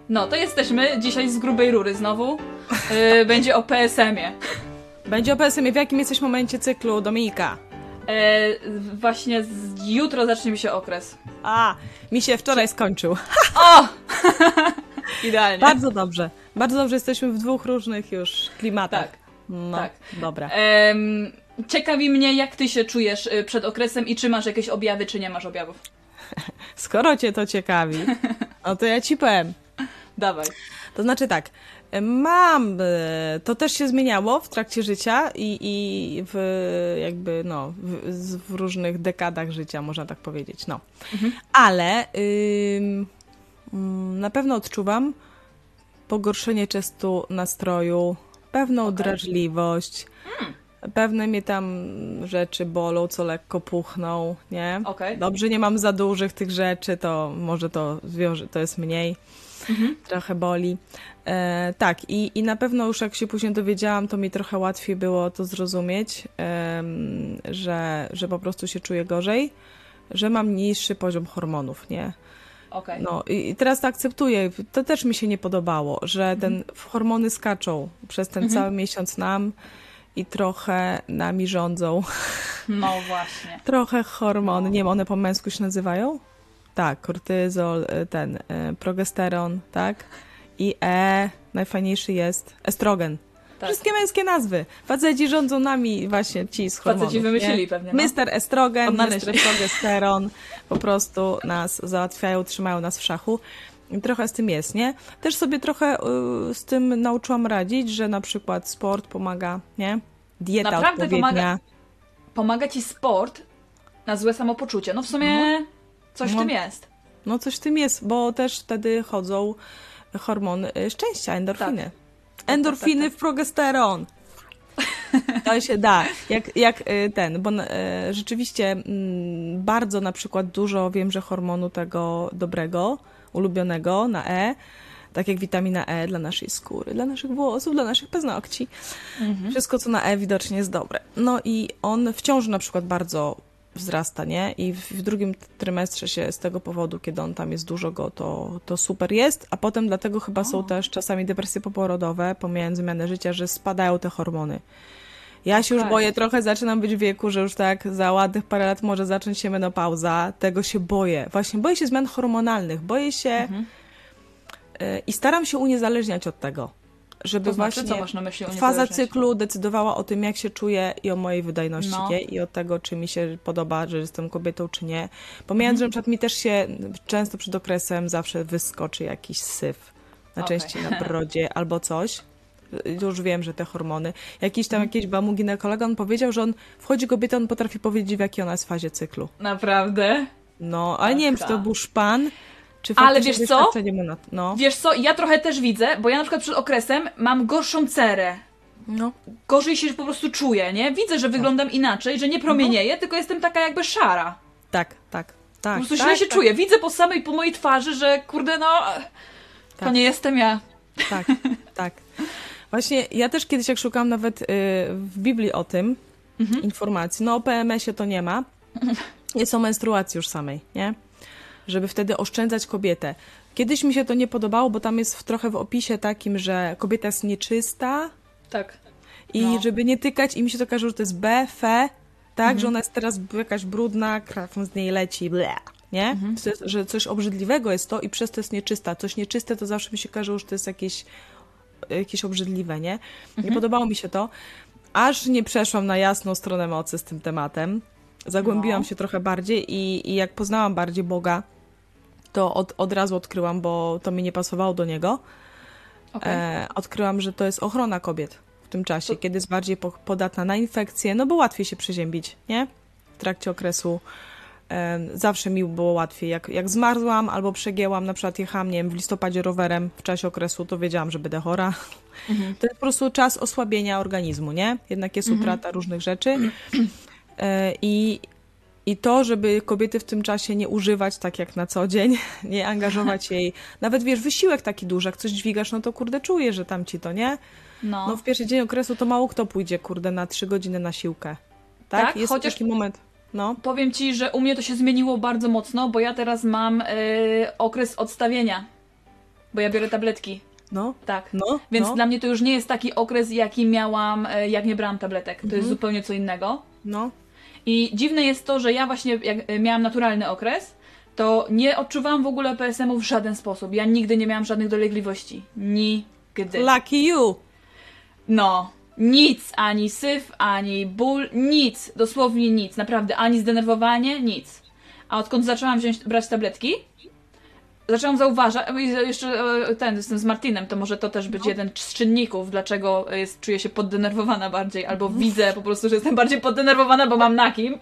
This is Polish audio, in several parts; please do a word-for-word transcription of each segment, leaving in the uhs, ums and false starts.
No, to jesteśmy dzisiaj z grubej rury znowu. Yy, będzie o P S M-ie. Będzie o P S M-ie. W jakim jesteś momencie cyklu, Dominika? Yy, właśnie z, jutro zacznie mi się okres. A, mi się wczoraj skończył. O! Idealnie. Bardzo dobrze. Bardzo dobrze, jesteśmy w dwóch różnych już klimatach. Tak. No, tak. dobra. Yy, ciekawi mnie, jak ty się czujesz przed okresem i czy masz jakieś objawy, czy nie masz objawów. Skoro cię to ciekawi, no to ja ci powiem. Dawaj. To znaczy tak, mam, to też się zmieniało w trakcie życia i, i w jakby, no, w, w różnych dekadach życia, można tak powiedzieć, no. Mhm. Ale ym, na pewno odczuwam pogorszenie czestu nastroju, pewną okay. drażliwość, mm. pewne mnie tam rzeczy bolą, co lekko puchną, nie? Okay. Dobrze, nie mam za dużych tych rzeczy, to może to zwiąże, to jest mniej. Mhm. Trochę boli. E, tak, i, i na pewno już jak się później dowiedziałam, to mi trochę łatwiej było to zrozumieć, e, że, że po prostu się czuję gorzej, że mam niższy poziom hormonów, nie? Okay. No i, i teraz to akceptuję. To też mi się nie podobało, że ten mhm. hormony skaczą przez ten mhm. cały miesiąc nam i trochę nami rządzą. No właśnie. Trochę hormony, no. Nie wiem, one po męsku się nazywają? Tak, kortyzol, ten, progesteron, tak? I E, najfajniejszy jest estrogen. Tak. Wszystkie męskie nazwy. Faceci rządzą nami właśnie ci z hormonów. Faceci wymyślili nie? pewnie. No? mister Estrogen, mister Progesteron po prostu nas załatwiają, trzymają nas w szachu. I trochę z tym jest, nie? Też sobie trochę y, z tym nauczyłam radzić, że na przykład sport pomaga, nie? Dieta Naprawdę odpowiednia. Pomaga, pomaga ci sport na złe samopoczucie. No w sumie... No. Coś w no, tym jest. No coś w tym jest, bo też wtedy chodzą hormony szczęścia, endorfiny. Tak. Endorfiny tak, tak, tak. w progesteron. To się da. Jak, jak ten, bo rzeczywiście bardzo na przykład dużo wiem, że hormonu tego dobrego, ulubionego na E, tak jak witamina E dla naszej skóry, dla naszych włosów, dla naszych paznokci. Mhm. Wszystko, co na E widocznie jest dobre. No i on w ciąży na przykład bardzo wzrasta, nie? I w, w drugim trymestrze się z tego powodu, kiedy on tam jest dużo go, to, to super jest, a potem dlatego chyba o. są też czasami depresje poporodowe, pomijając zmianę życia, że spadają te hormony. Ja okay. się już boję, trochę zaczynam być w wieku, że już tak za ładnych parę lat może zacząć się menopauza, tego się boję. Właśnie boję się zmian hormonalnych, boję się mhm. y, i staram się uniezależniać od tego. Żeby to znaczy, właśnie co masz na myśli faza cyklu decydowała o tym, jak się czuję i o mojej wydajności, no. nie? I o tego, czy mi się podoba, że jestem kobietą, czy nie. Pomijając, mhm. że na przykład mi też się często przed okresem zawsze wyskoczy jakiś syf na okay. części na brodzie albo coś. Już wiem, że te hormony. Jakiś tam, jakieś bamu ginekologa, on powiedział, że on wchodzi kobieta, on potrafi powiedzieć, w jakiej ona jest fazie cyklu. Naprawdę? No, ale Ach, nie wiem, czy to był szpan, czy ale wiesz co? No. Wiesz co, ja trochę też widzę, bo ja na przykład przed okresem mam gorszą cerę. No. Gorzej się po prostu czuję, nie? Widzę, że wyglądam no. inaczej, że nie promienieję, no. tylko jestem taka jakby szara. Tak, tak, tak. Po prostu tak, źle się tak. czuję. Widzę po samej, po mojej twarzy, że kurde no, to tak. nie jestem ja. Tak, tak. Właśnie ja też kiedyś jak szukałam nawet yy, w Biblii o tym mhm. informacji, no o P M S-ie to nie ma, jest o menstruacji już samej, nie? Żeby wtedy oszczędzać kobietę. Kiedyś mi się to nie podobało, bo tam jest w, trochę w opisie takim, że kobieta jest nieczysta. Tak. I no. żeby nie tykać, i mi się to każe, że to jest B, fe, tak, mhm. że ona jest teraz jakaś brudna, krew z niej leci, ble, nie? Mhm. To jest, że coś obrzydliwego jest to i przez to jest nieczysta. Coś nieczyste to zawsze mi się każe, że to jest jakieś, jakieś obrzydliwe, nie? Nie mhm. podobało mi się to, aż nie przeszłam na jasną stronę mocy z tym tematem. Zagłębiłam no. się trochę bardziej i, i jak poznałam bardziej Boga, to od, od razu odkryłam, bo to mi nie pasowało do Niego, okay. e, odkryłam, że to jest ochrona kobiet w tym czasie, to... kiedy jest bardziej po, podatna na infekcje, no bo łatwiej się przeziębić, nie? W trakcie okresu e, zawsze mi było łatwiej. Jak, jak zmarzłam albo przegięłam, na przykład jechałam, nie wiem, w listopadzie rowerem w czasie okresu, to wiedziałam, że będę chora. Mhm. To jest po prostu czas osłabienia organizmu, nie? Jednak jest mhm. utrata różnych rzeczy. E, I I to, żeby kobiety w tym czasie nie używać tak jak na co dzień, nie angażować jej, nawet wiesz, wysiłek taki duży, jak coś dźwigasz, no to kurde czujesz, że tam ci to, nie? No. no w pierwszy dzień okresu to mało kto pójdzie, kurde, na trzy godziny na siłkę. Tak? tak jest chociaż taki moment. No. Powiem ci, że u mnie to się zmieniło bardzo mocno, bo ja teraz mam yy, okres odstawienia. bo ja biorę tabletki. No. Tak. No, Więc no. dla mnie to już nie jest taki okres, jaki miałam, jak nie brałam tabletek. To Mhm. jest zupełnie co innego. No. I dziwne jest to, że ja właśnie, jak miałam naturalny okres, to nie odczuwałam w ogóle P S M-u w żaden sposób. Ja nigdy nie miałam żadnych dolegliwości. Nigdy. Lucky you! No. Nic. Ani syf, ani ból, nic. Dosłownie nic. Naprawdę. Ani zdenerwowanie, nic. A odkąd zaczęłam wziąć, brać tabletki, zaczęłam zauważać, jeszcze ten, jestem z Martinem, to może to też być no. jeden z czynników, dlaczego jest, czuję się poddenerwowana bardziej, albo widzę po prostu, że jestem bardziej poddenerwowana, bo mam na kim.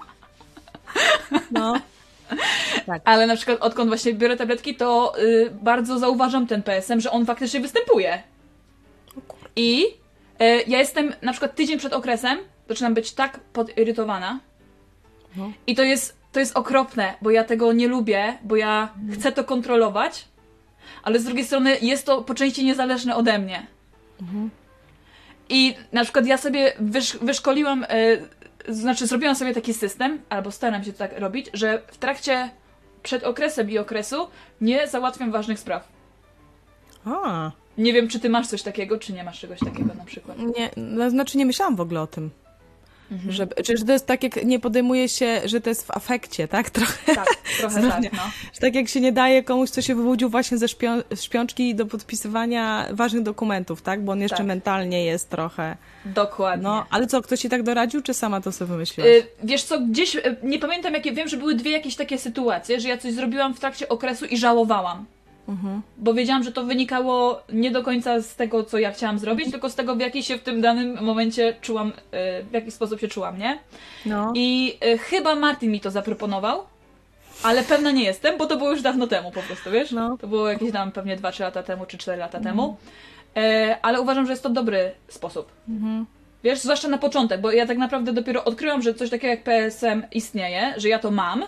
No. Tak. Ale na przykład odkąd właśnie biorę tabletki, to y, bardzo zauważam ten P S M, że on faktycznie występuje. I y, ja jestem na przykład tydzień przed okresem, zaczynam być tak podirytowana. No. I to jest, to jest okropne, bo ja tego nie lubię, bo ja Mhm. chcę to kontrolować, ale z drugiej strony jest to po części niezależne ode mnie. Mhm. I na przykład ja sobie wysz, wyszkoliłam, y, znaczy zrobiłam sobie taki system, albo staram się to tak robić, że w trakcie, przed okresem i okresu nie załatwiam ważnych spraw. A. Nie wiem, czy ty masz coś takiego, czy nie masz czegoś takiego na przykład. Nie, no, znaczy nie myślałam w ogóle o tym. Mhm. Że, czy, że to jest tak, jak nie podejmuje się, że to jest w afekcie, tak? Trochę. Tak, trochę tak, no. Że tak jak się nie daje komuś, kto się wybudził właśnie ze śpią śpiączki do podpisywania ważnych dokumentów, tak? Bo on jeszcze Tak. mentalnie jest trochę... Dokładnie. No, ale co, ktoś ci tak doradził, czy sama to sobie wymyśliłaś? Y, wiesz co, gdzieś, y, nie pamiętam jakie, wiem, że były dwie jakieś takie sytuacje, że ja coś zrobiłam w trakcie okresu i żałowałam. Mhm. Bo wiedziałam, że to wynikało nie do końca z tego, co ja chciałam zrobić, tylko z tego, w jaki się w tym danym momencie czułam, y, w jaki sposób się czułam, nie? No. I y, chyba Martin mi to zaproponował, ale pewna nie jestem, bo to było już dawno temu po prostu, wiesz? No. To było jakieś tam pewnie dwa trzy lata temu, czy cztery lata temu. E, ale uważam, że jest to dobry sposób. Mhm. Wiesz, zwłaszcza na początek, bo ja tak naprawdę dopiero odkryłam, że coś takiego jak P S M istnieje, że ja to mam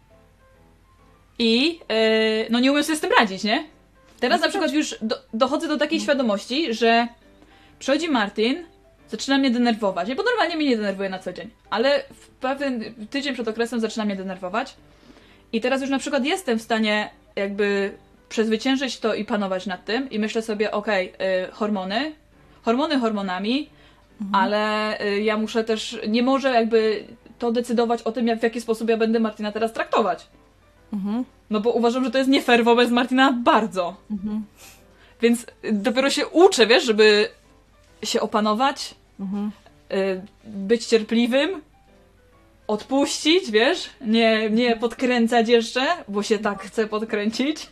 i yy, no nie umiem sobie z tym radzić, nie? Teraz na przykład już do, dochodzę do takiej świadomości, że przychodzi Martin, zaczyna mnie denerwować, bo normalnie mnie nie denerwuje na co dzień, ale w pewien tydzień przed okresem zaczyna mnie denerwować i teraz już na przykład jestem w stanie jakby przezwyciężyć to i panować nad tym i myślę sobie, okej, okay, yy, hormony, hormony hormonami, ale y, ja muszę też, nie może jakby to decydować o tym, jak, w jaki sposób ja będę Martina teraz traktować. Mhm. No bo uważam, że to jest nie fair wobec Martina bardzo. Mhm. Więc y, dopiero się uczę, wiesz, żeby się opanować, Mhm. y, być cierpliwym, odpuścić, wiesz, nie, nie podkręcać jeszcze, bo się tak chcę podkręcić.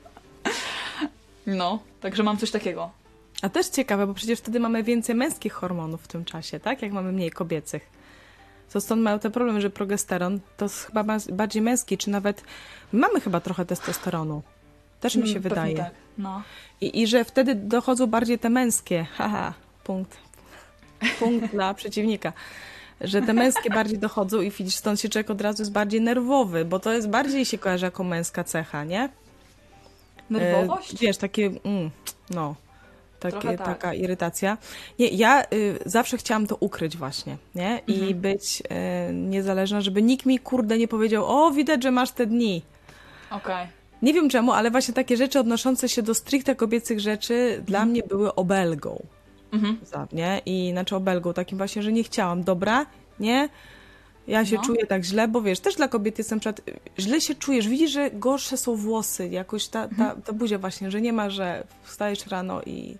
No, także mam coś takiego. A też ciekawe, bo przecież wtedy mamy więcej męskich hormonów w tym czasie, tak? Jak mamy mniej kobiecych. To stąd mają ten problem, że progesteron to jest chyba bardziej męski, czy nawet mamy chyba trochę testosteronu. Też mi się Mm, wydaje. pewnie tak, no. I, I że wtedy dochodzą bardziej te męskie. Haha, punkt. Punkt dla przeciwnika. Że te męskie bardziej dochodzą i widzisz, stąd się człowiek od razu jest bardziej nerwowy, bo to jest bardziej się kojarzy jako męska cecha, nie? Nerwowość? E, wiesz, takie, mm, no, takie, Trochę tak. taka irytacja. Nie, ja y, zawsze chciałam to ukryć właśnie, nie? I Mhm. być y, niezależna, żeby nikt mi, kurde, nie powiedział, o, widać, że masz te dni. Okej. Okay. Nie wiem czemu, ale właśnie takie rzeczy odnoszące się do stricte kobiecych rzeczy mhm. dla mnie były obelgą. Mhm. Za, nie? I znaczy obelgą takim właśnie, że nie chciałam. Dobra, nie? Ja się No. czuję tak źle, bo wiesz, też dla kobiety jestem przykład, źle się czujesz, widzisz, że gorsze są włosy, jakoś ta, ta, ta buzia właśnie, że nie ma, że wstajesz rano i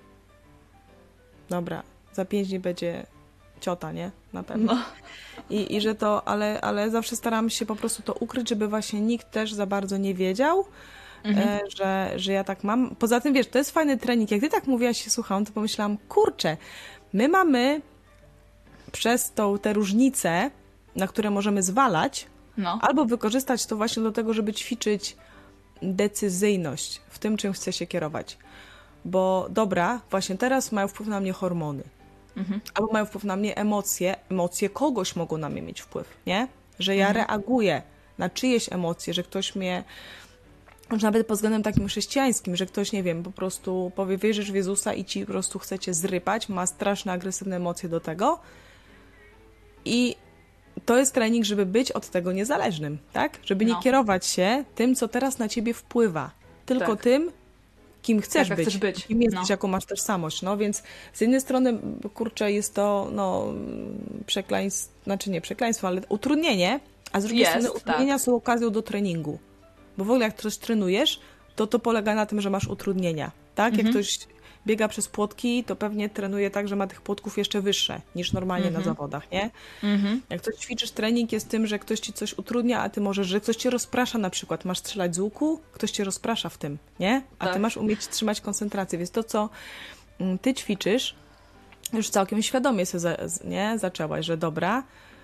dobra, za pięć dni będzie ciota, nie? Na pewno. No. I, i że to, ale, ale zawsze staram się po prostu to ukryć, żeby właśnie nikt też za bardzo nie wiedział, Mhm. e, że, że ja tak mam. Poza tym, wiesz, to jest fajny trening. Jak ty tak mówiłaś, się słuchałam, to pomyślałam, kurczę, my mamy przez tą, te różnice, na które możemy zwalać, No. albo wykorzystać to właśnie do tego, żeby ćwiczyć decyzyjność w tym, czym chcę się kierować. Bo dobra, właśnie teraz mają wpływ na mnie hormony. Mhm. Albo mają wpływ na mnie emocje. Emocje kogoś mogą na mnie mieć wpływ, nie? Że ja Mhm. reaguję na czyjeś emocje, że ktoś mnie, może nawet pod względem takim chrześcijańskim, że ktoś, nie wiem, po prostu powie, wierzysz w Jezusa i ci po prostu chcecie zrypać, ma straszne, agresywne emocje do tego. I to jest trening, żeby być od tego niezależnym, tak? Żeby nie No. kierować się tym, co teraz na ciebie wpływa, tylko Tak. tym, kim chcesz Jaka być, chcesz być. kim jesteś, No. jaką masz tożsamość, no więc z jednej strony, kurczę, jest to, no, przekleństwo, znaczy nie przekleństwo, ale utrudnienie, a z drugiej Jest, strony utrudnienia tak. są okazją do treningu, bo w ogóle jak coś trenujesz, to to polega na tym, że masz utrudnienia, tak? Mhm. Jak ktoś biega przez płotki, to pewnie trenuje tak, że ma tych płotków jeszcze wyższe niż normalnie Mhm. na zawodach, nie? Mhm. Jak ktoś ćwiczysz, trening jest tym, że ktoś ci coś utrudnia, a ty możesz, że ktoś cię rozprasza na przykład, masz strzelać z łuku, ktoś cię rozprasza w tym, nie? A ty Tak. masz umieć trzymać koncentrację, więc to, co mm, ty ćwiczysz, już całkiem świadomie sobie za, z- nie? zaczęłaś, że dobra,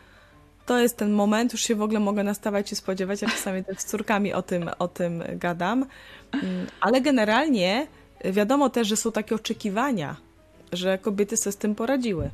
to jest ten moment, już się w ogóle mogę nastawiać i spodziewać, ja czasami też z córkami o tym, o tym gadam, Mm, ale generalnie wiadomo też, że są takie oczekiwania, że kobiety sobie z tym poradziły.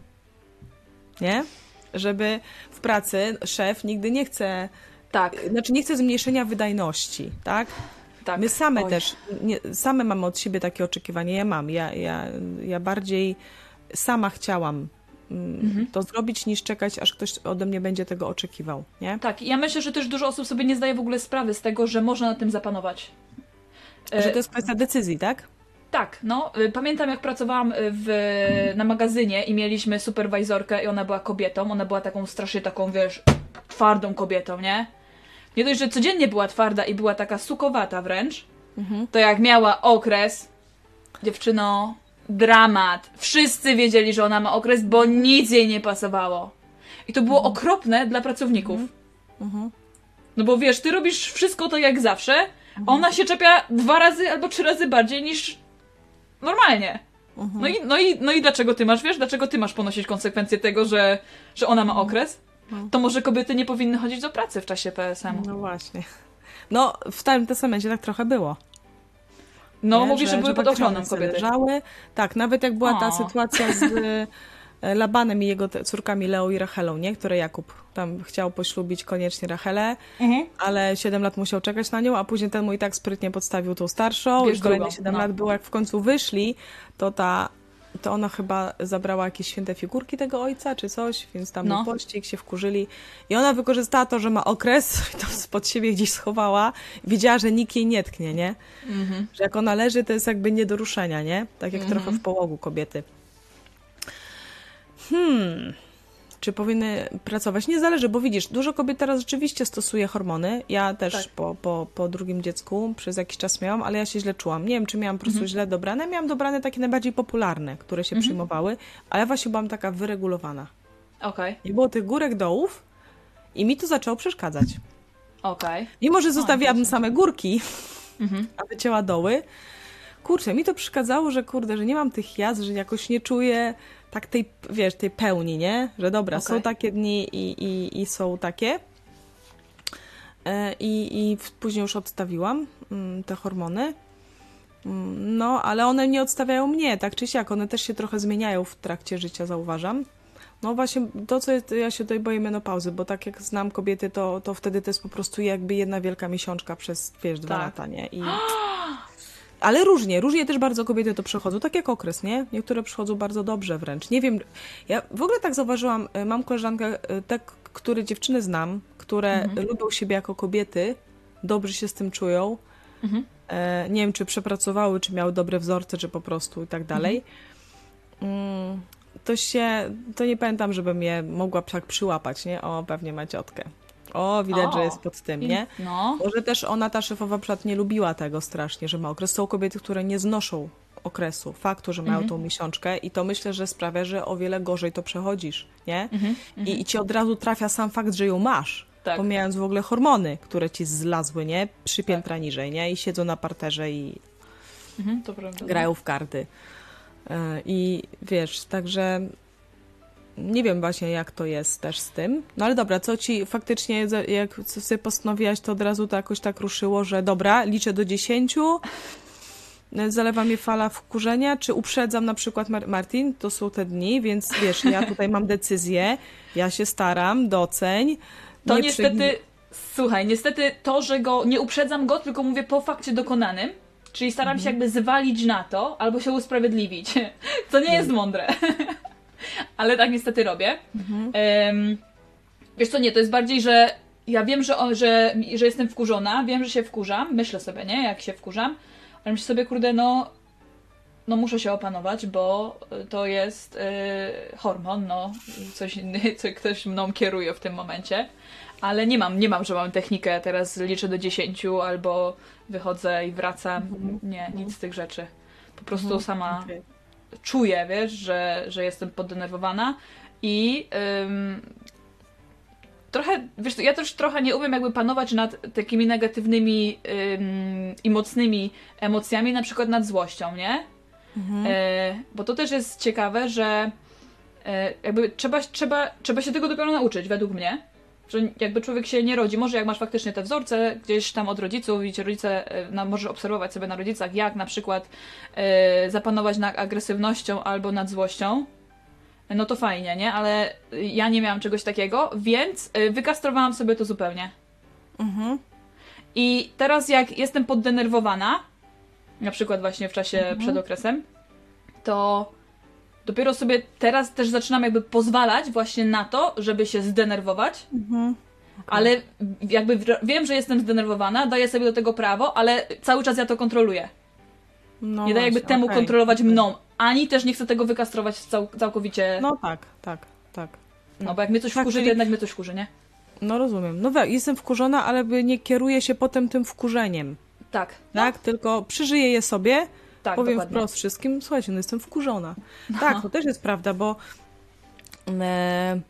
Nie? Żeby w pracy szef nigdy nie chce, Tak, znaczy nie chce zmniejszenia wydajności, tak? tak. My same Oj. też, nie, same mamy od siebie takie oczekiwania. Ja mam, ja, ja, ja bardziej sama chciałam mm, Mhm. to zrobić, niż czekać, aż ktoś ode mnie będzie tego oczekiwał, nie? Tak, ja myślę, że też dużo osób sobie nie zdaje w ogóle sprawy z tego, że można na tym zapanować. E, Że to jest kwestia decyzji, tak? Tak, no. y, Pamiętam, jak pracowałam w, na magazynie i mieliśmy superwajzorkę i ona była kobietą. Ona była taką strasznie taką, wiesz, twardą kobietą, nie? Nie dość, że codziennie była twarda i była taka sukowata wręcz, Mhm. to jak miała okres, dziewczyno, dramat. Wszyscy wiedzieli, że ona ma okres, bo nic jej nie pasowało. I to było okropne dla pracowników. Mhm. No bo wiesz, ty robisz wszystko tak jak zawsze, a ona się czepia dwa razy albo trzy razy bardziej niż normalnie. Mhm. No i, no, i, no i dlaczego ty masz, wiesz, dlaczego ty masz ponosić konsekwencje tego, że, że ona ma okres? To może kobiety nie powinny chodzić do pracy w czasie P S M-u. No właśnie. No, w Starym Testamencie tak trochę było. No, Nie? mówisz, że, były pod faktycznie ochroną one sobie kobiety. leżały. Tak, nawet jak była ta O. sytuacja z e, Labanem i jego te- córkami Leą i Rachelą, nie? Które Jakub tam chciał poślubić koniecznie Rachelę, Mhm. ale siedem lat musiał czekać na nią, a później ten mu i tak sprytnie podstawił tą starszą. Wiesz, I kolejne drugą, siedem no. lat było, jak w końcu wyszli, to ta to ona chyba zabrała jakieś święte figurki tego ojca, czy coś, więc tam No. był pościg, się wkurzyli. I ona wykorzystała to, że ma okres i to spod siebie gdzieś schowała. Wiedziała, że nikt jej nie tknie, nie? Mhm. Że jak ona leży, to jest jakby nie do ruszenia, nie? Tak jak Mhm. trochę w połogu kobiety. Hmm... Czy powinny pracować? Nie zależy, bo widzisz, dużo kobiet teraz rzeczywiście stosuje hormony. Ja też Tak. po, po, po drugim dziecku przez jakiś czas miałam, ale ja się źle czułam. Nie wiem, czy miałam po prostu źle dobrane. Miałam dobrane takie najbardziej popularne, które się przyjmowały, ale ja właśnie byłam taka wyregulowana. Okej, Nie było tych górek, dołów i mi to zaczęło przeszkadzać. okej. Mimo, że zostawiłabym same górki, Mhm. a wycięła doły, kurczę, mi to przeszkadzało, że kurde, że nie mam tych jazd, że jakoś nie czuję tak tej, wiesz, tej pełni, nie? Że dobra, Okej. są takie dni i, i, i są takie. E, I, I w- później już odstawiłam mm, te hormony. Mm, No, ale one nie odstawiają mnie, tak czy siak. One też się trochę zmieniają w trakcie życia, zauważam. No właśnie, to co jest, ja się tutaj boję menopauzy, bo tak jak znam kobiety, to, to wtedy to jest po prostu jakby jedna wielka miesiączka przez, wiesz, dwa Tak. lata, nie? I... Ale różnie, różnie też bardzo kobiety to przechodzą, tak jak okres, nie? Niektóre przychodzą bardzo dobrze wręcz. Nie wiem, ja w ogóle tak zauważyłam, y, mam koleżankę, y, te, k- które dziewczyny znam, które lubią siebie jako kobiety, dobrze się z tym czują. Mhm. E, nie wiem, czy przepracowały, czy miały dobre wzorce, czy po prostu i tak dalej. Mm, to się, to nie pamiętam, żebym je mogła tak przyłapać, nie? O, pewnie ma ciotkę. O, widać, O. że jest pod tym, nie? No. Może też ona, ta szefowa, na przykład nie lubiła tego strasznie, że ma okres. Są kobiety, które nie znoszą okresu, faktu, że mają tą miesiączkę i to myślę, że sprawia, że o wiele gorzej to przechodzisz, nie? I, I ci od razu trafia sam fakt, że ją masz, Tak. pomijając w ogóle hormony, które ci zlazły, nie? Trzy piętra niżej, nie? I siedzą na parterze i Mhm, to prawda. grają w karty. Yy, I wiesz, także nie wiem właśnie, jak to jest też z tym. No ale dobra, co ci faktycznie, za- jak sobie postanowiłaś, to od razu to jakoś tak ruszyło, że dobra, liczę do dziesięciu, zalewa mnie fala wkurzenia, czy uprzedzam na przykład Mar- Martin, to są te dni, więc wiesz, ja tutaj mam decyzję, ja się staram, doceń. To nie niestety, przegni- słuchaj, niestety to, że go, nie uprzedzam go, tylko mówię po fakcie dokonanym, czyli staram się jakby zwalić na to, albo się usprawiedliwić, co nie jest mądre. Ale tak niestety robię. Em, wiesz co, nie, to jest bardziej, że ja wiem, że, o, że, że jestem wkurzona, wiem, że się wkurzam, myślę sobie, nie, jak się wkurzam, ale myślę sobie, kurde, no no muszę się opanować, bo to jest yy, hormon, no, coś innego, co ktoś mną kieruje w tym momencie. Ale nie mam, nie mam, że mam technikę, teraz liczę do dziesięciu albo wychodzę i wracam. Nie, nic z tych rzeczy. Po prostu sama okay. czuję, wiesz, że, że jestem poddenerwowana i ym, trochę, wiesz, ja też trochę nie umiem jakby panować nad takimi negatywnymi ym, i mocnymi emocjami, na przykład nad złością, nie? Mhm. Y, bo to też jest ciekawe, że y, jakby trzeba, trzeba, trzeba się tego dopiero nauczyć, według mnie. Że jakby człowiek się nie rodzi. Może jak masz faktycznie te wzorce gdzieś tam od rodziców i ci rodzice, no, możesz obserwować sobie na rodzicach, jak na przykład y, zapanować nad agresywnością albo nad złością, no to fajnie, nie? Ale ja nie miałam czegoś takiego, więc y, wykastrowałam sobie to zupełnie. Mhm. I teraz jak jestem poddenerwowana, na przykład właśnie w czasie mhm. przed okresem, to dopiero sobie teraz też zaczynam jakby pozwalać właśnie na to, żeby się zdenerwować, mhm. okay. ale jakby wiem, że jestem zdenerwowana, daję sobie do tego prawo, ale cały czas ja to kontroluję. No nie daję jakby temu okay. kontrolować mną, ani też nie chcę tego wykastrować cał całkowicie. No tak, tak, tak. No tak. bo jak mnie coś tak, wkurzy, czyli... to jednak mnie coś wkurzy, nie? No rozumiem. No jestem wkurzona, ale nie kieruję się potem tym wkurzeniem. Tak. Tak, no. Tylko przyżyję je sobie. Tak, powiem dokładnie. Wprost wszystkim, słuchajcie, no jestem wkurzona. No. Tak, to też jest prawda, bo e,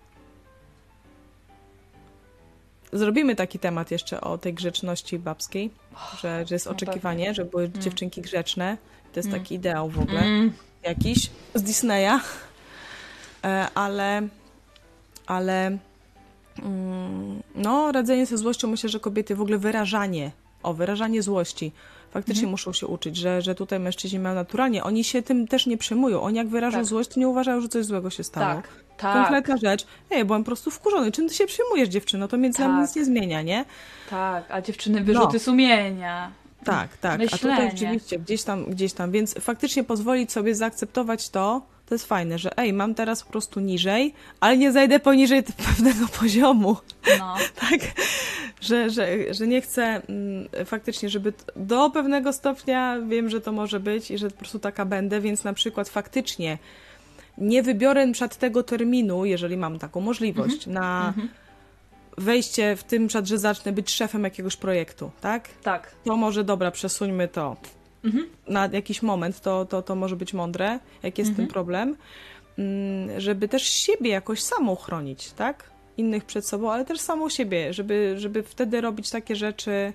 zrobimy taki temat jeszcze o tej grzeczności babskiej, oh, że, że jest oczekiwanie, żeby były mm. dziewczynki grzeczne. To jest mm. taki ideał w ogóle mm. jakiś z Disneya, e, ale ale mm, no, radzenie ze złością, myślę, że kobiety w ogóle wyrażanie, o wyrażanie złości faktycznie mhm. muszą się uczyć, że, że tutaj mężczyźni mają naturalnie. Oni się tym też nie przejmują. Oni jak wyrażą tak. złość, to nie uważają, że coś złego się stało. Tak, tak. Konkretna rzecz. Ej, byłem po prostu wkurzony. Czym ty się przejmujesz, dziewczyno? To między tak. nami nic nie zmienia, nie? Tak, a dziewczyny wyrzuty no. sumienia. Tak, tak. Myślenie. A tutaj rzeczywiście gdzieś tam, gdzieś tam. Więc faktycznie pozwolić sobie zaakceptować to, to jest fajne, że ej, mam teraz po prostu niżej, ale nie zajdę poniżej pewnego poziomu. No. Tak, że, że, że nie chcę mm, faktycznie, żeby do pewnego stopnia wiem, że to może być i że po prostu taka będę, więc na przykład faktycznie nie wybiorę przed tego terminu, jeżeli mam taką możliwość, mm-hmm. na mm-hmm. wejście w tym, przed, że zacznę być szefem jakiegoś projektu, tak? Tak. To może, dobra, przesuńmy to. Mhm. Na jakiś moment, to, to, to może być mądre, jak jest mhm. ten problem, żeby też siebie jakoś samą chronić, tak? Innych przed sobą, ale też samą siebie, żeby, żeby wtedy robić takie rzeczy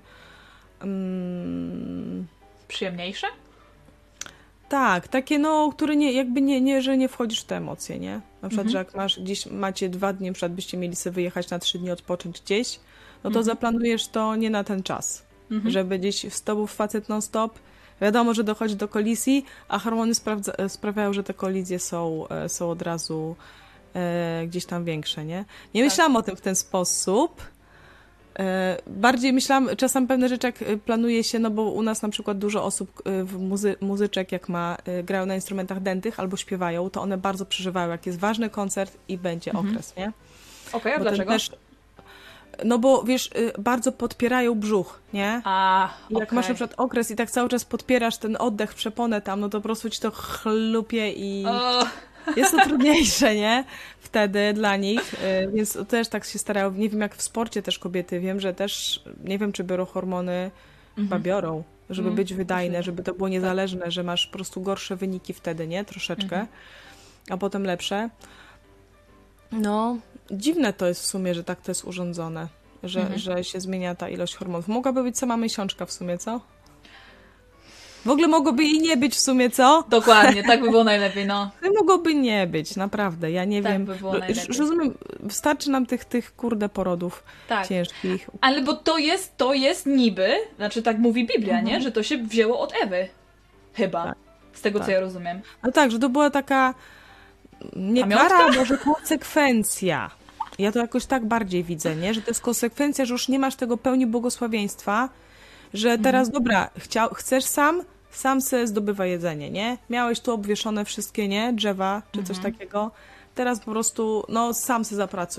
um... przyjemniejsze? Tak, takie no, które nie, jakby nie, nie, że nie wchodzisz w te emocje, nie? Na przykład, mhm. że jak masz gdzieś, macie dwa dni, na przykład byście mieli sobie wyjechać na trzy dni, odpocząć gdzieś, no to mhm. zaplanujesz to nie na ten czas, mhm. żeby gdzieś z tobą facet non-stop. Wiadomo, że dochodzi do kolizji, a hormony sprawdza, sprawiają, że te kolizje są, są od razu e, gdzieś tam większe, nie? Nie tak. myślałam o tym w ten sposób. E, bardziej myślałam, czasem pewne rzeczy jak planuje się, no bo u nas na przykład dużo osób, w muzy, muzyczek, jak ma, grają na instrumentach dętych albo śpiewają, to one bardzo przeżywają, jak jest ważny koncert i będzie mhm. okres, nie? Okej, okay, a dlaczego? Też, no bo wiesz, bardzo podpierają brzuch, nie? A, I jak okay. masz na przykład okres i tak cały czas podpierasz ten oddech, przeponę tam, no to po prostu ci to chlupie i oh. jest to trudniejsze, nie? Wtedy dla nich, więc też tak się starają, nie wiem jak w sporcie też kobiety, wiem, że też, nie wiem czy biorą hormony, mm-hmm. chyba biorą, żeby mm, być wydajne, żeby to było niezależne, tak. że masz po prostu gorsze wyniki wtedy, nie? Troszeczkę, mm-hmm. a potem lepsze. No, dziwne to jest w sumie, że tak to jest urządzone, że, mhm. że się zmienia ta ilość hormonów. Mogłaby być sama miesiączka w sumie, co? W ogóle mogłoby jej nie być w sumie, co? Dokładnie, tak by było najlepiej, no. Mogłoby nie być, naprawdę, ja nie tak wiem. By było najlepiej. Rozumiem, wystarczy nam tych, tych kurde porodów tak. ciężkich. Ale bo to jest, to jest niby, znaczy tak mówi Biblia, mhm. nie? Że to się wzięło od Ewy. Chyba. Tak. Z tego, tak. co ja rozumiem. No tak, że to była taka nie kara, a może konsekwencja. Ja to jakoś tak bardziej widzę, nie? Że to jest konsekwencja, że już nie masz tego pełni błogosławieństwa, że teraz, mhm. dobra, chciał, chcesz sam, sam sobie zdobywa jedzenie, nie? Miałeś tu obwieszone wszystkie, nie? Drzewa, czy coś mhm. takiego. Teraz po prostu, no, sam se zapracuj.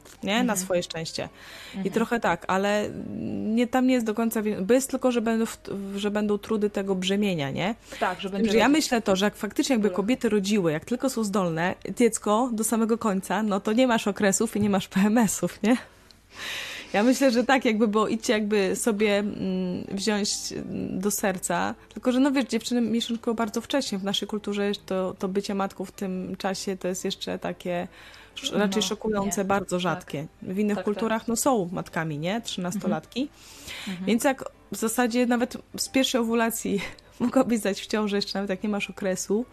nie? Mhm. Na swoje szczęście. Mhm. I trochę tak, ale nie, tam nie jest do końca, bo jest tylko, że będą, że będą trudy tego brzemienia, nie? Tak, że Z będzie tym, że ja rodzić. myślę to, że jak faktycznie jakby kobiety rodziły, jak tylko są zdolne, dziecko do samego końca, no to nie masz okresów i nie masz P M S-ów, nie? Ja myślę, że tak jakby, bo idźcie jakby sobie mm, wziąć do serca, tylko że no wiesz, dziewczyny mieszankują bardzo wcześnie. W naszej kulturze to, to bycie matką w tym czasie to jest jeszcze takie sz- raczej No, szokujące, nie. bardzo rzadkie. W innych Tak, kulturach no są matkami, nie? Trzynastolatki. Mhm. Więc jak w zasadzie nawet z pierwszej owulacji mogłabyś zdać w ciąży, jeszcze nawet jak nie masz okresu,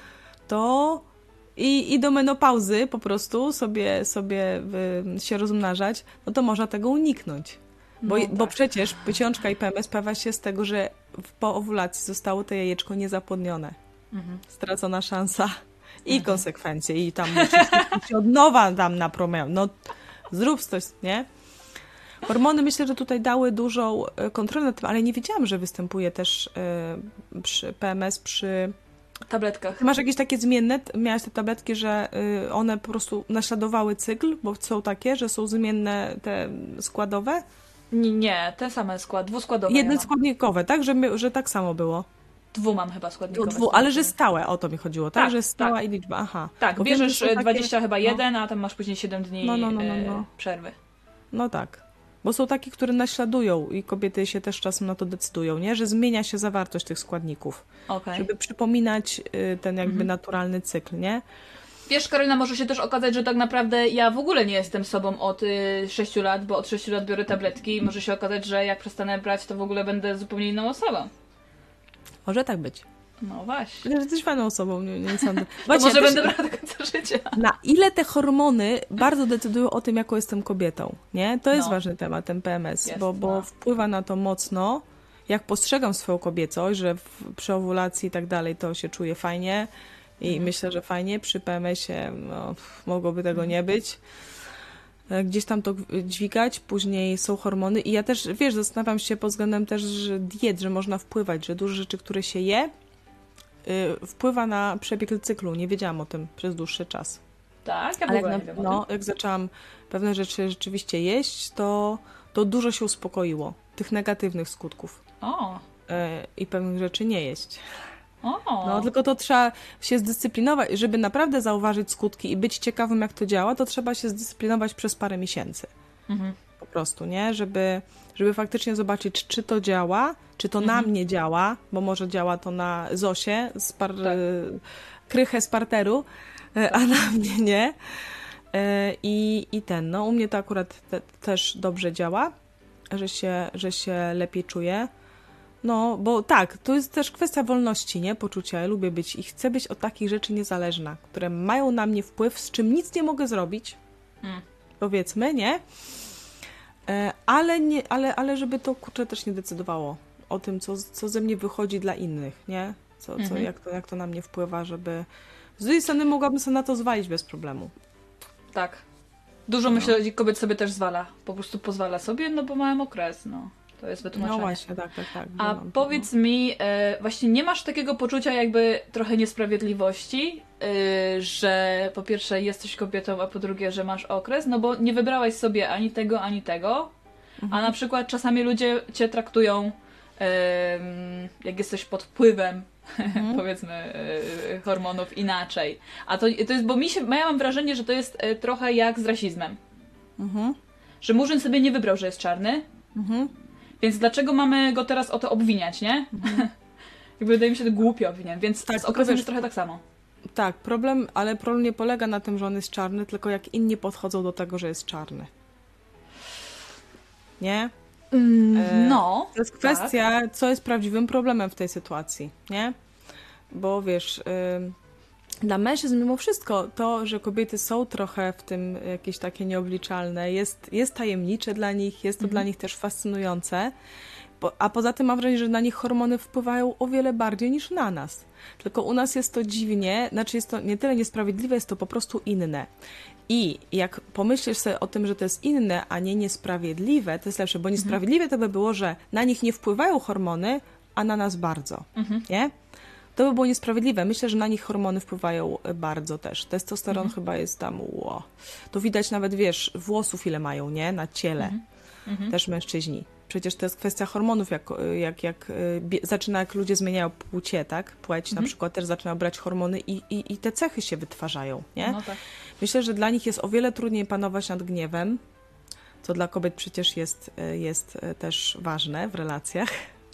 to i, i do menopauzy po prostu sobie, sobie y, się rozmnażać, no to można tego uniknąć. Bo, No bo tak. przecież pyciączka i P M S sprawia się z tego, że w, po owulacji zostało to jajeczko niezapłodnione. Mhm. Stracona szansa i Mhm. konsekwencje. I tam musisz się od nowa tam napromiał. No zrób coś, nie? Hormony myślę, że tutaj dały dużą e, kontrolę nad tym, ale nie wiedziałam, że występuje też e, przy P M S przy... Tabletkach. Ty masz jakieś takie zmienne? Miałaś te tabletki, że y, one po prostu naśladowały cykl, bo są takie, że są zmienne te składowe? Nie, nie, ten sam skład, dwuskładowy. Jedne ja mam. składnikowe, tak? Że, my, że tak samo było. Dwu mam chyba składnikowe. Dwu, ale że stałe, o to mi chodziło, tak? Tak, że stała tak. i liczba, aha. Tak, Bo wiem, że bierzesz są takie- dwadzieścia chyba no. jeden, a tam masz później siedem dni No, no, no, no, e, no. przerwy. No tak. Bo są takie, które naśladują i kobiety się też czasem na to decydują, nie? Że zmienia się zawartość tych składników, Okej. żeby przypominać y, ten jakby Mhm. naturalny cykl, nie? Wiesz, Karolina, może się też okazać, że tak naprawdę ja w ogóle nie jestem sobą od y, sześciu lat, bo od sześciu lat biorę tabletki i może się okazać, że jak przestanę brać, to w ogóle będę zupełnie inną osobą. Może tak być. No właśnie. Że jesteś fajną osobą, nie, nie sądzę. To Właśnie, może ja też- będę brała do końca życia. Na ile te hormony bardzo decydują o tym, jaką jestem kobietą, nie? To jest No. ważny temat, ten P M S, Jest, bo, bo no. wpływa na to mocno, jak postrzegam swoją kobiecość, że w, przy owulacji i tak dalej to się czuję fajnie i Mhm. myślę, że fajnie, przy P M S-ie no, pff, mogłoby tego nie być. E, Gdzieś tam to dźwigać, później są hormony i ja też, wiesz, zastanawiam się pod względem też że diet, że można wpływać, że dużo rzeczy, które się je, y, wpływa na przebieg cyklu. Nie wiedziałam o tym przez dłuższy czas. Tak, ja w Ale jak, ogóle na, nie wiem o no, tym. jak zaczęłam pewne rzeczy rzeczywiście jeść, to, to dużo się uspokoiło. Tych negatywnych skutków. O, E, I pewnych rzeczy nie jeść. o. No, tylko to trzeba się zdyscyplinować. Żeby naprawdę zauważyć skutki i być ciekawym, jak to działa, to trzeba się zdyscyplinować przez parę miesięcy. Mhm. Po prostu, nie? Żeby, żeby faktycznie zobaczyć, czy to działa, czy to Mhm. na mnie działa, bo może działa to na Zosię, z par... Tak. krychę z parteru, e, a na mnie nie. E, I, I ten, no u mnie to akurat te, też dobrze działa, że się, że się lepiej czuję. No, bo tak, to jest też kwestia wolności, nie? Poczucia. Ja lubię być i chcę być od takich rzeczy niezależna, które mają na mnie wpływ, z czym nic nie mogę zrobić, Mm. powiedzmy, nie? E, Ale, nie, ale, ale żeby to, kurczę, też nie decydowało o tym, co, co ze mnie wychodzi dla innych, nie? Co, co, Mhm. jak, to, jak to na mnie wpływa, żeby... Z drugiej strony mogłabym sobie na to zwalić bez problemu. Tak. Dużo No. myślę, że kobiet sobie też zwala. Po prostu pozwala sobie, no bo mają okres, no. To jest wytłumaczenie. No właśnie, tak, tak, tak. A byłam, powiedz mi, e, właśnie nie masz takiego poczucia jakby trochę niesprawiedliwości, e, że po pierwsze jesteś kobietą, a po drugie, że masz okres, no bo nie wybrałaś sobie ani tego, ani tego, Mhm. a na przykład czasami ludzie cię traktują, em, jak jesteś pod wpływem, Mhm. powiedzmy, e, hormonów inaczej. A to, to jest, bo mi się, ja mam wrażenie, że to jest e, trochę jak z rasizmem. Mhm. Że Murzyn sobie nie wybrał, że jest czarny, Mhm. więc dlaczego mamy go teraz o to obwiniać, nie? Jakby wydaje mi się to głupio obwiniać, więc Tak, z okresem wiesz- jest trochę tak samo. Tak, problem, ale problem nie polega na tym, że on jest czarny, tylko jak inni podchodzą do tego, że jest czarny. Nie? E, no. To jest kwestia, co jest prawdziwym problemem w tej sytuacji, nie? Bo wiesz, ym, dla mężczyzn mimo wszystko to, że kobiety są trochę w tym jakieś takie nieobliczalne, jest, jest tajemnicze dla nich, jest to Mhm. dla nich też fascynujące, bo, a poza tym mam wrażenie, że na nich hormony wpływają o wiele bardziej niż na nas. Tylko u nas jest to dziwnie, znaczy jest to nie tyle niesprawiedliwe, jest to po prostu inne. I jak pomyślisz sobie o tym, że to jest inne, a nie niesprawiedliwe, to jest lepsze, bo niesprawiedliwe to by było, że na nich nie wpływają hormony, a na nas bardzo, Mhm. nie? to by było niesprawiedliwe. Myślę, że na nich hormony wpływają bardzo też. Testosteron Mhm. chyba jest tam, ło. To widać nawet, wiesz, włosów ile mają, nie? Na ciele. Mhm. Mhm. Też mężczyźni. Przecież to jest kwestia hormonów, jak, jak, jak bie, zaczyna, jak ludzie zmieniają płcie, tak? Płeć Mhm. na przykład też zaczyna brać hormony i, i, i te cechy się wytwarzają, nie? No tak. Myślę, że dla nich jest o wiele trudniej panować nad gniewem, co dla kobiet przecież jest, jest też ważne w relacjach.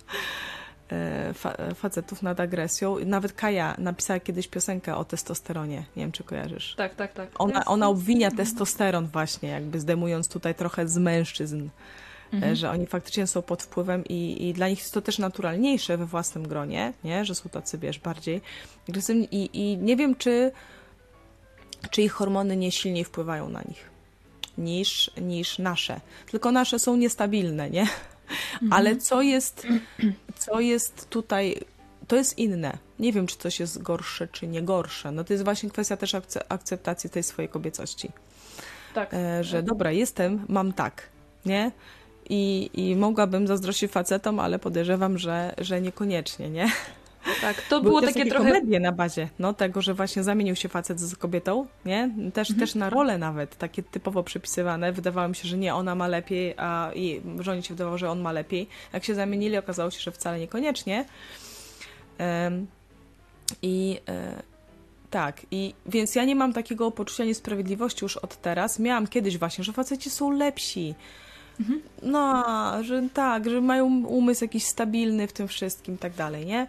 Fa facetów nad agresją. Nawet Kaja napisała kiedyś piosenkę o testosteronie. Nie wiem, czy kojarzysz. Tak, tak, tak. Ona, ona obwinia testosteron właśnie, jakby zdejmując tutaj trochę z mężczyzn, mhm. że oni faktycznie są pod wpływem i, i dla nich jest to też naturalniejsze we własnym gronie, nie? Że są tacy, wiesz, bardziej agresywni i, i nie wiem, czy, czy ich hormony nie silniej wpływają na nich niż, niż nasze. Tylko nasze są niestabilne, nie? Mhm. Ale co jest, co jest tutaj, to jest inne. Nie wiem, czy coś jest gorsze, czy nie gorsze. No to jest właśnie kwestia też akceptacji tej swojej kobiecości. Tak. E, że dobra, jestem, mam tak, nie? I, i mogłabym zazdrościć facetom, ale podejrzewam, że, że niekoniecznie, nie? Tak, to było takie, takie trochę... komedie na bazie, no, tego, że właśnie zamienił się facet z kobietą, nie? Też, mhm. też na rolę nawet, takie typowo przypisywane. Wydawało mi się, że nie, ona ma lepiej, a i żonie się wydawało, że on ma lepiej. Jak się zamienili, okazało się, że wcale niekoniecznie. Um, I e, tak, i więc ja nie mam takiego poczucia niesprawiedliwości już od teraz. Miałam kiedyś właśnie, że faceci są lepsi. Mhm. No, że tak, że mają umysł jakiś stabilny w tym wszystkim i tak dalej, nie?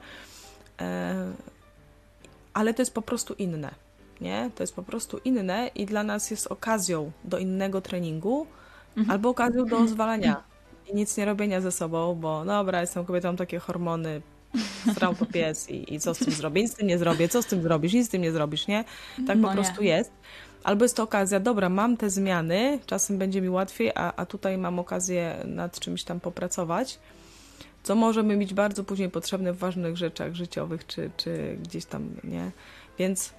Ale to jest po prostu inne, nie? To jest po prostu inne i dla nas jest okazją do innego treningu mhm. albo okazją do zwalania i nic nie robienia ze sobą, bo dobra, jestem kobietą, mam takie hormony, srał to pies i, i co z tym zrobię? Nic z tym nie zrobię, co z tym zrobisz? Nic z tym nie zrobisz, nie? Tak no po prostu nie. Jest. Albo jest to okazja, dobra, mam te zmiany, czasem będzie mi łatwiej, a, a tutaj mam okazję nad czymś tam popracować, co może mi być bardzo później potrzebne w ważnych rzeczach życiowych, czy, czy gdzieś tam, nie? Więc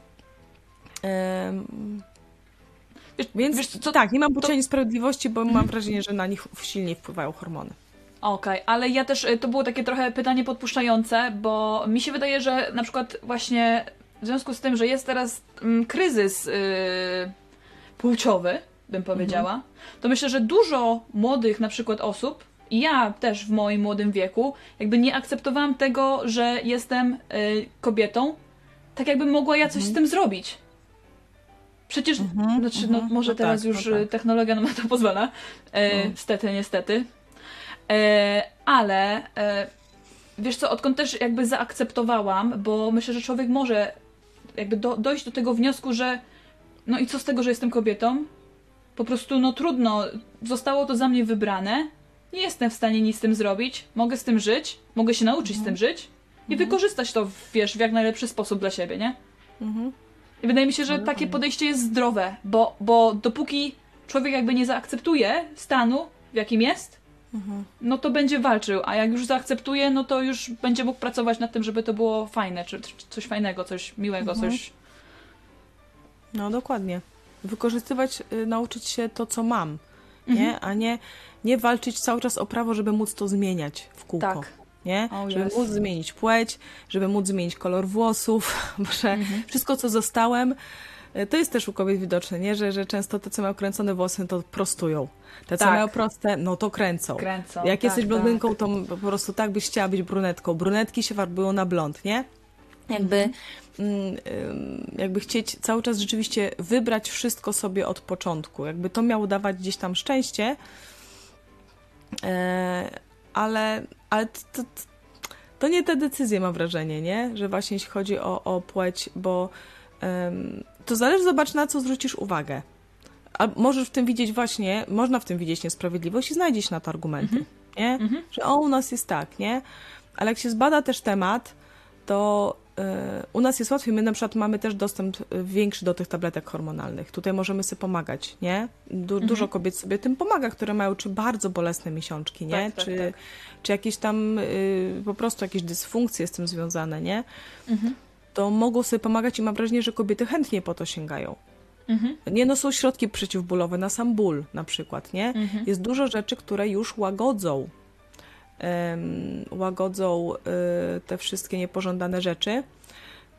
um, wiesz, więc wiesz, co, tak, nie mam poczucia to... niesprawiedliwości, bo mam wrażenie, że na nich silniej wpływają hormony. Okej, okay, ale ja też, to było takie trochę pytanie podpuszczające, bo mi się wydaje, że na przykład właśnie w związku z tym, że jest teraz mm, kryzys yy, płciowy, bym powiedziała, mhm. to myślę, że dużo młodych na przykład osób, i ja też w moim młodym wieku, jakby nie akceptowałam tego, że jestem y, kobietą, tak jakbym mogła ja coś mhm. z tym zrobić. Przecież, mhm. znaczy, no, może no teraz tak, już no tak. technologia nam na to pozwala, y, no. stety, niestety, y, ale y, wiesz co, odkąd też jakby zaakceptowałam, bo myślę, że człowiek może jakby do, dojść do tego wniosku, że no i co z tego, że jestem kobietą? Po prostu no trudno, zostało to za mnie wybrane, nie jestem w stanie nic z tym zrobić, mogę z tym żyć, mogę się nauczyć mhm. z tym żyć i mhm. wykorzystać to, wiesz, w jak najlepszy sposób dla siebie, nie? Mhm. I wydaje mi się, że takie podejście jest zdrowe, bo, bo dopóki człowiek jakby nie zaakceptuje stanu, w jakim jest, mhm. no to będzie walczył, a jak już zaakceptuje, no to już będzie mógł pracować nad tym, żeby to było fajne, czy, czy coś fajnego, coś miłego, mhm. coś... No dokładnie. Wykorzystywać, y, nauczyć się to, co mam, mhm. nie? A nie, nie walczyć cały czas o prawo, żeby móc to zmieniać w kółko. Tak. Nie? Oh, żeby yes. móc zmienić płeć, żeby móc zmienić kolor włosów, bo że mhm. wszystko, co zostałem, to jest też u kobiet widoczne, nie? Że, że często te, co mają kręcone włosy, to prostują. Te, co tak. mają proste, no to kręcą. kręcą Jak tak, jesteś blondynką, tak. to po prostu tak byś chciała być brunetką. Brunetki się farbują na blond, nie? Jakby, mhm. jakby chcieć cały czas rzeczywiście wybrać wszystko sobie od początku. Jakby to miało dawać gdzieś tam szczęście, ale, ale to, to, to nie te decyzje, mam wrażenie, nie? Że właśnie jeśli chodzi o, o płeć, bo um, to zależy, zobacz, na co zwrócisz uwagę. A możesz w tym widzieć właśnie, można w tym widzieć niesprawiedliwość i znajdziesz na to argumenty, mhm. nie? Mhm. Że o, u nas jest tak, nie? Ale jak się zbada też temat, to y, u nas jest łatwiej. My na przykład mamy też dostęp większy do tych tabletek hormonalnych. Tutaj możemy sobie pomagać, nie? Du, mhm. Dużo kobiet sobie tym pomaga, które mają czy bardzo bolesne miesiączki, nie? Tak, czy, tak, tak. czy jakieś tam y, po prostu jakieś dysfunkcje z tym związane, nie? Mhm. To mogą sobie pomagać i mam wrażenie, że kobiety chętnie po to sięgają. Mhm. Nie, no są środki przeciwbólowe na sam ból na przykład, nie? Mhm. Jest dużo rzeczy, które już łagodzą Um, łagodzą y, te wszystkie niepożądane rzeczy.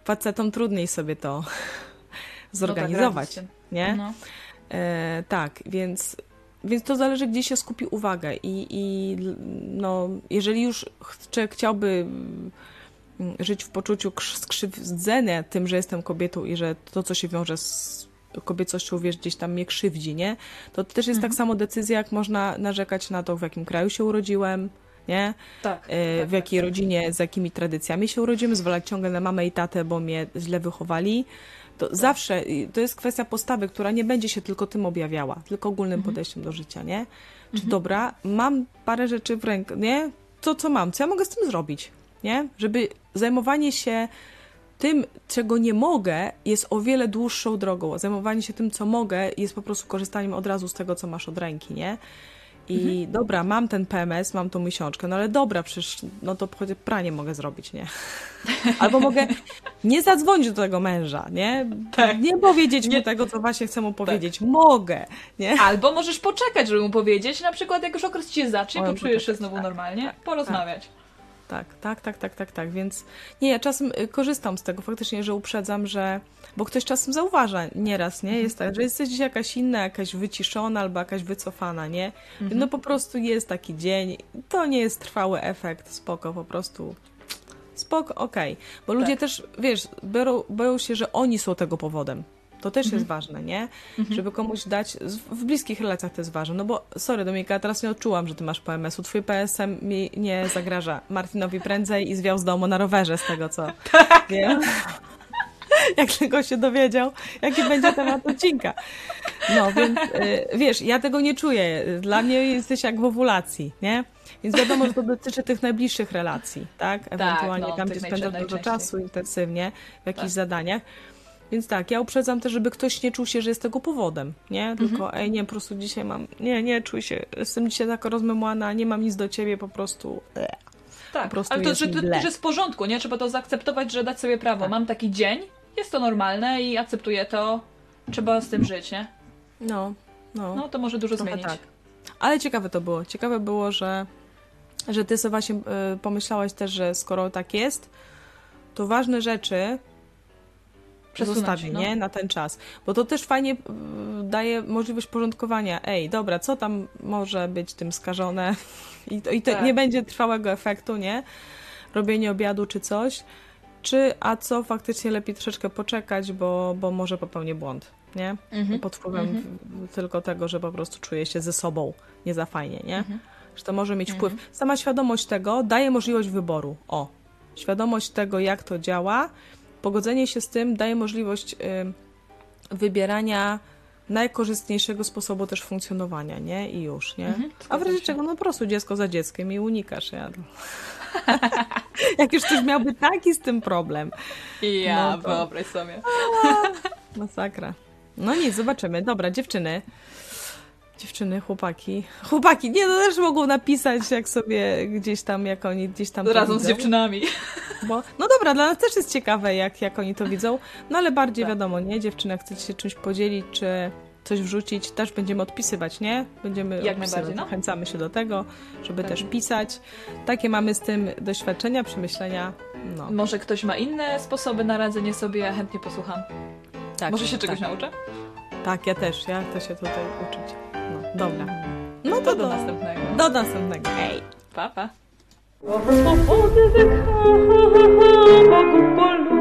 facetom trudniej sobie to zorganizować, no tak, nie? No. E, tak, więc, więc to zależy, gdzie się skupi uwagę i, i no, jeżeli już człowiek chciałby żyć w poczuciu krz- skrzywdzenia tym, że jestem kobietą i że to, co się wiąże z kobiecością, wiesz, gdzieś tam mnie krzywdzi, nie? To też jest mhm. tak samo decyzja, jak można narzekać na to, w jakim kraju się urodziłem, nie? Tak, e, tak, w jakiej tak, rodzinie, tak. z jakimi tradycjami się urodzimy, zwalać ciągle na mamę i tatę, bo mnie źle wychowali. To tak. zawsze, to jest kwestia postawy, która nie będzie się tylko tym objawiała, tylko ogólnym mhm. podejściem do życia, nie? Czy mhm. dobra, mam parę rzeczy w ręku, nie? To, co mam, co ja mogę z tym zrobić, nie? Żeby zajmowanie się tym, czego nie mogę, jest o wiele dłuższą drogą. Zajmowanie się tym, co mogę, jest po prostu korzystaniem od razu z tego, co masz od ręki, nie? I mhm. dobra, mam ten P M S, mam tą miesiączkę, no ale dobra, przecież no to chociaż pranie mogę zrobić, nie? Albo mogę nie zadzwonić do tego męża, nie? Tak. Nie powiedzieć nie. mu tego, co właśnie chcę mu powiedzieć. Tak. Mogę, nie? Albo możesz poczekać, żeby mu powiedzieć, na przykład jak już okres ci się zacznie, poczujesz się znowu tak, normalnie, tak, porozmawiać. Tak. Tak, tak, tak, tak, tak, tak, więc nie, ja czasem korzystam z tego faktycznie, że uprzedzam, że, bo ktoś czasem zauważa nieraz, nie, jest tak, że jesteś gdzieś jakaś inna, jakaś wyciszona albo jakaś wycofana, nie, mhm. no po prostu jest taki dzień, to nie jest trwały efekt, spoko, po prostu spoko, okej, okay. Bo ludzie tak. też, wiesz, biorą, boją się, że oni są tego powodem. To też mhm. jest ważne, nie? Mhm. Żeby komuś dać, w bliskich relacjach to jest ważne, no bo, sorry Dominika, teraz nie odczułam, że ty masz P M S-u, twój P S M mi nie zagraża. Martinowi prędzej i zwiał z domu na rowerze z tego, co tak. wiem. Jak tylko się dowiedział, jaki będzie temat odcinka. No, więc y, wiesz, ja tego nie czuję. Dla mnie jesteś jak w owulacji, nie? Więc wiadomo, że to dotyczy tych najbliższych relacji, tak? Ewentualnie tak, no, tam, gdzie spędzasz dużo czasu intensywnie w jakichś tak. zadaniach. Więc tak, ja uprzedzam też, żeby ktoś nie czuł się, że jest tego powodem, nie? Tylko, mhm. ej, nie, po prostu dzisiaj mam, nie, nie, czuj się, jestem dzisiaj taka rozmemłana, nie mam nic do ciebie, po prostu, e, tak, po prostu ale to, jest że to też jest w porządku, nie? Trzeba to zaakceptować, że dać sobie prawo. Tak. Mam taki dzień, jest to normalne i akceptuję to, trzeba z tym żyć, nie? No, no. No, to może dużo Trochę zmienić. Tak. Ale ciekawe to było, ciekawe było, że, że ty sobie właśnie y, pomyślałaś też, że skoro tak jest, to ważne rzeczy zostawię, no. nie? Na ten czas. Bo to też fajnie daje możliwość porządkowania. Ej, dobra, co tam może być tym skażone? I to, i to tak. nie będzie trwałego efektu, nie? Robienie obiadu czy coś. Czy, a co faktycznie lepiej troszeczkę poczekać, bo, bo może popełnię błąd, nie? Mm-hmm. Pod wpływem mm-hmm. tylko tego, że po prostu czuję się ze sobą nie za fajnie, nie? Mm-hmm. Że to może mieć wpływ. Mm-hmm. Sama świadomość tego daje możliwość wyboru. O, świadomość tego, jak to działa, pogodzenie się z tym daje możliwość y, wybierania najkorzystniejszego sposobu też funkcjonowania, nie? I już, nie? Mhm, a w razie czego, no po prostu dziecko za dzieckiem i unikasz. Ja. Jak już ktoś miałby taki z tym problem. Ja, no to... wyobraź sobie. Masakra. No nic, zobaczymy. Dobra, dziewczyny. Dziewczyny, chłopaki. Chłopaki, nie, no też mogą napisać, jak sobie gdzieś tam, jak oni gdzieś tam to razem widzą. z dziewczynami. Bo, no dobra, dla nas też jest ciekawe, jak, jak oni to widzą, no ale bardziej tak. wiadomo, nie? Dziewczyny, jak chcecie się czymś podzielić, czy coś wrzucić, też będziemy odpisywać, nie? Będziemy jak najbardziej, no. Zachęcamy się do tego, żeby tak. też pisać. Takie mamy z tym doświadczenia, przemyślenia. No. Może ktoś ma inne sposoby na radzenie sobie, ja chętnie posłucham. Tak, Może się czegoś tak. nauczę? Tak, ja też, ja chcę się tutaj uczyć. No, dobra. No to do, do, do następnego. Do następnego. Hej. Pa, pa.